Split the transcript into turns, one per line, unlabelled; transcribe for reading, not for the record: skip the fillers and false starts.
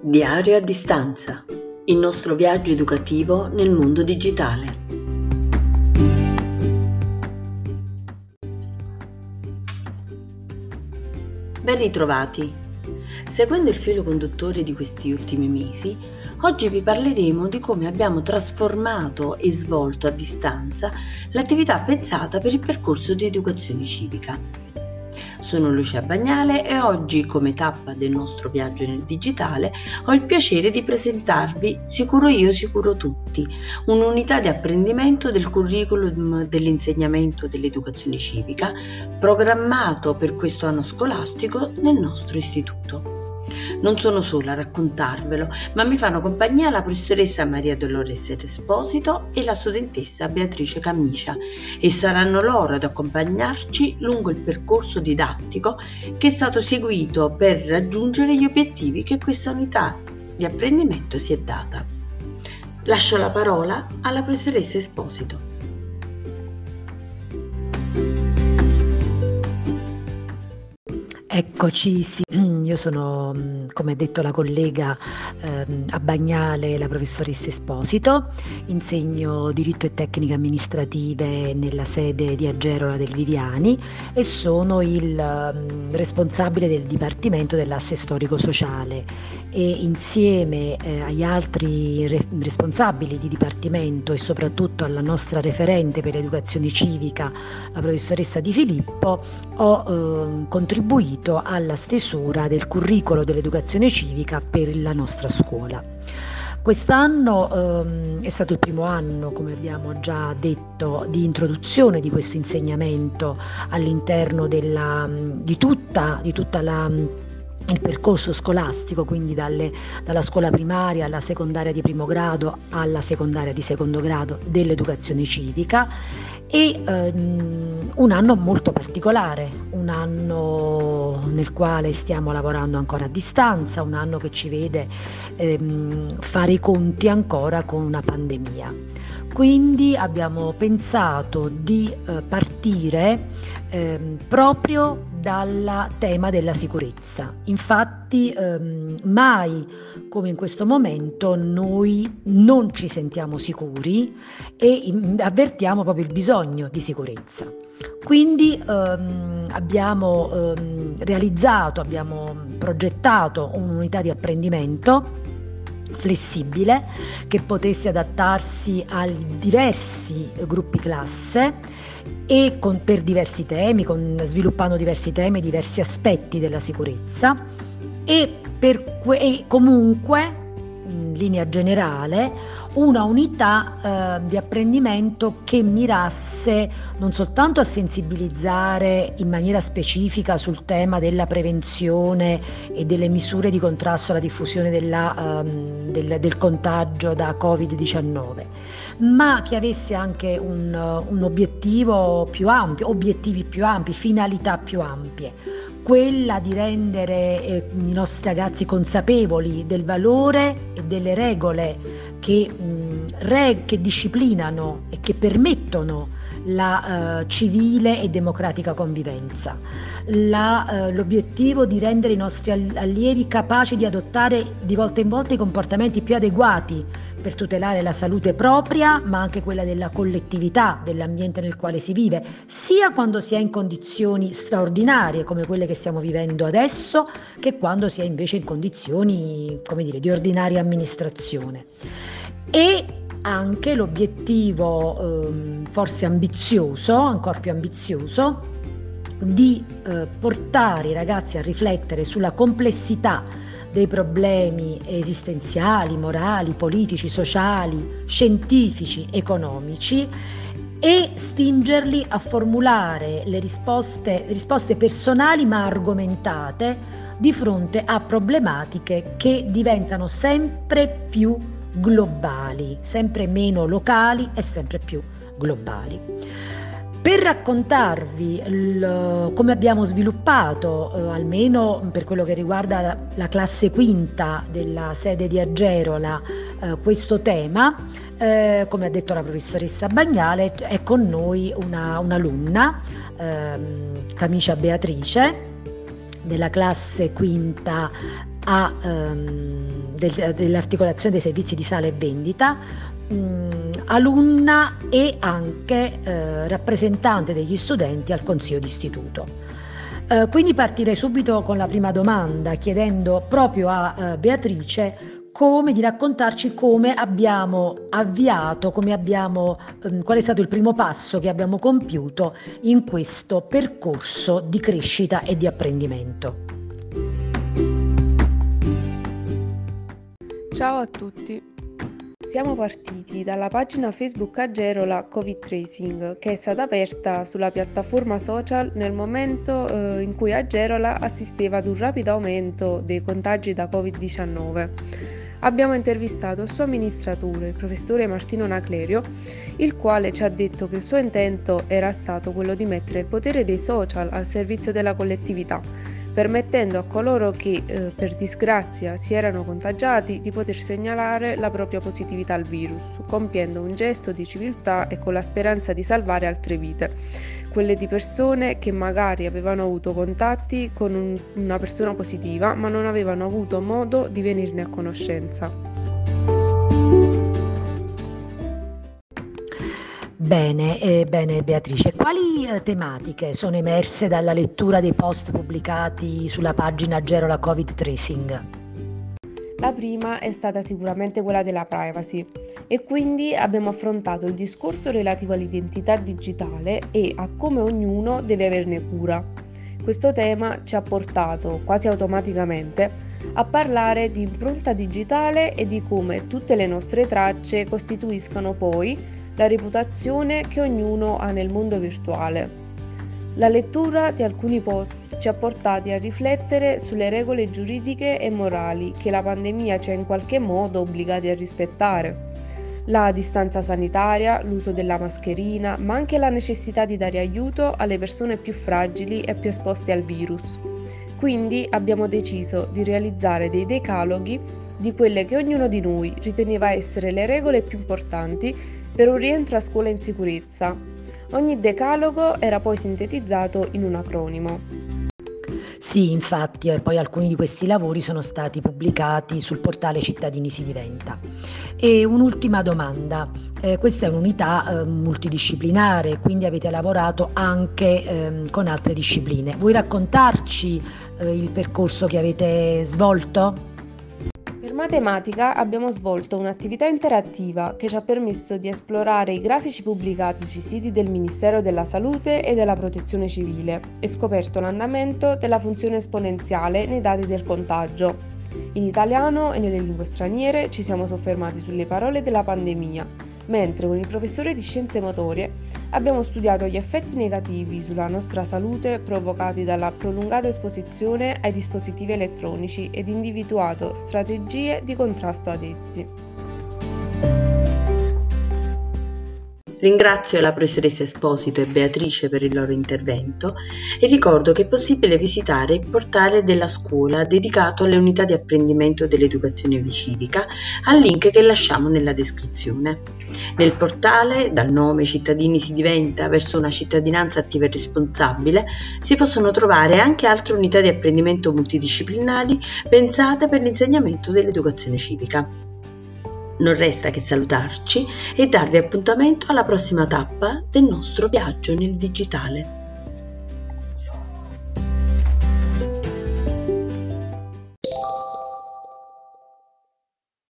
Diario a distanza, il nostro viaggio educativo nel mondo digitale. Ben ritrovati! Seguendo il filo conduttore di questi ultimi mesi, oggi vi parleremo di come abbiamo trasformato e svolto a distanza l'attività pensata per il percorso di educazione civica. Sono Lucia Bagnale e oggi, come tappa del nostro viaggio nel digitale, ho il piacere di presentarvi Sicuro Io, Sicuro Tutti, un'unità di apprendimento del curriculum dell'insegnamento dell'educazione civica programmato per questo anno scolastico nel nostro istituto. Non sono sola a raccontarvelo, ma mi fanno compagnia la professoressa Maria Dolores Esposito e la studentessa Beatrice Camicia e saranno loro ad accompagnarci lungo il percorso didattico che è stato seguito per raggiungere gli obiettivi che questa unità di apprendimento si è data. Lascio la parola alla professoressa Esposito.
Eccoci, sì. Io sono, come ha detto la collega a Bagnale, la professoressa Esposito, insegno diritto e tecniche amministrative nella sede di Agerola del Viviani e sono il responsabile del Dipartimento dell'Asse Storico Sociale e insieme agli altri responsabili di dipartimento e soprattutto alla nostra referente per l'educazione civica, la professoressa Di Filippo, ho contribuito alla stesura del curriculum dell'educazione civica per la nostra scuola. Quest'anno è stato il primo anno, come abbiamo già detto, di introduzione di questo insegnamento all'interno di tutta il percorso scolastico, quindi dalla scuola primaria alla secondaria di primo grado alla secondaria di secondo grado dell'educazione civica e un anno molto particolare, un anno nel quale stiamo lavorando ancora a distanza, un anno che ci vede fare i conti ancora con una pandemia. Quindi abbiamo pensato di partire proprio dal tema della sicurezza. Infatti mai come in questo momento noi non ci sentiamo sicuri e avvertiamo proprio il bisogno di sicurezza. Quindi abbiamo progettato un'unità di apprendimento flessibile che potesse adattarsi a diversi gruppi classe e per diversi temi, sviluppando diversi temi, diversi aspetti della sicurezza e comunque in linea generale una unità di apprendimento che mirasse non soltanto a sensibilizzare in maniera specifica sul tema della prevenzione e delle misure di contrasto alla diffusione del contagio da Covid-19, ma che avesse anche un obiettivo più ampio, obiettivi più ampi, finalità più ampie, quella di rendere i nostri ragazzi consapevoli del valore e delle regole che disciplinano e che permettono la civile e democratica convivenza, l'obiettivo di rendere i nostri allievi capaci di adottare di volta in volta i comportamenti più adeguati per tutelare la salute propria, ma anche quella della collettività, dell'ambiente nel quale si vive, sia quando si è in condizioni straordinarie come quelle che stiamo vivendo adesso, che quando si è invece in condizioni, come dire, di ordinaria amministrazione. E anche l'obiettivo forse ambizioso, ancora più ambizioso, di portare i ragazzi a riflettere sulla complessità dei problemi esistenziali, morali, politici, sociali, scientifici, economici e spingerli a formulare le risposte personali ma argomentate di fronte a problematiche che diventano sempre più globali, sempre meno locali e sempre più globali. Per raccontarvi come abbiamo sviluppato, almeno per quello che riguarda la classe quinta della sede di Agerola, questo tema, come ha detto la professoressa Bagnale, è con noi un'alunna, Camicia Beatrice, della classe quinta dell'articolazione dei servizi di sala e vendita, alunna e anche rappresentante degli studenti al consiglio d'istituto. Quindi partirei subito con la prima domanda, chiedendo proprio a Beatrice di raccontarci come abbiamo avviato, qual è stato il primo passo che abbiamo compiuto in questo percorso di crescita e di apprendimento.
Ciao a tutti. Siamo partiti dalla pagina Facebook Agerola Covid Tracing, che è stata aperta sulla piattaforma social nel momento in cui Agerola assisteva ad un rapido aumento dei contagi da Covid-19. Abbiamo intervistato il suo amministratore, il professore Martino Naclerio, il quale ci ha detto che il suo intento era stato quello di mettere il potere dei social al servizio della collettività, permettendo a coloro che per disgrazia si erano contagiati di poter segnalare la propria positività al virus, compiendo un gesto di civiltà e con la speranza di salvare altre vite, quelle di persone che magari avevano avuto contatti con una persona positiva ma non avevano avuto modo di venirne a conoscenza.
Bene Beatrice, quali tematiche sono emerse dalla lettura dei post pubblicati sulla pagina Agerola Covid Tracing?
La prima è stata sicuramente quella della privacy e quindi abbiamo affrontato il discorso relativo all'identità digitale e a come ognuno deve averne cura. Questo tema ci ha portato quasi automaticamente a parlare di impronta digitale e di come tutte le nostre tracce costituiscano poi la reputazione che ognuno ha nel mondo virtuale. La lettura di alcuni post ci ha portati a riflettere sulle regole giuridiche e morali che la pandemia ci ha in qualche modo obbligati a rispettare. La distanza sanitaria, l'uso della mascherina, ma anche la necessità di dare aiuto alle persone più fragili e più esposte al virus. Quindi abbiamo deciso di realizzare dei decaloghi di quelle che ognuno di noi riteneva essere le regole più importanti per un rientro a scuola in sicurezza. Ogni decalogo era poi sintetizzato in un acronimo.
Sì, infatti, poi alcuni di questi lavori sono stati pubblicati sul portale Cittadini si diventa. E un'ultima domanda, questa è un'unità multidisciplinare, quindi avete lavorato anche con altre discipline. Vuoi raccontarci il percorso che avete svolto?
Per matematica abbiamo svolto un'attività interattiva che ci ha permesso di esplorare i grafici pubblicati sui siti del Ministero della Salute e della Protezione Civile e scoperto l'andamento della funzione esponenziale nei dati del contagio. In italiano e nelle lingue straniere ci siamo soffermati sulle parole della pandemia, mentre con il professore di scienze motorie abbiamo studiato gli effetti negativi sulla nostra salute provocati dalla prolungata esposizione ai dispositivi elettronici ed individuato strategie di contrasto ad essi.
Ringrazio la professoressa Esposito e Beatrice per il loro intervento e ricordo che è possibile visitare il portale della scuola dedicato alle unità di apprendimento dell'educazione civica al link che lasciamo nella descrizione. Nel portale, dal nome Cittadini si diventa verso una cittadinanza attiva e responsabile, si possono trovare anche altre unità di apprendimento multidisciplinari pensate per l'insegnamento dell'educazione civica. Non resta che salutarci e darvi appuntamento alla prossima tappa del nostro viaggio nel digitale.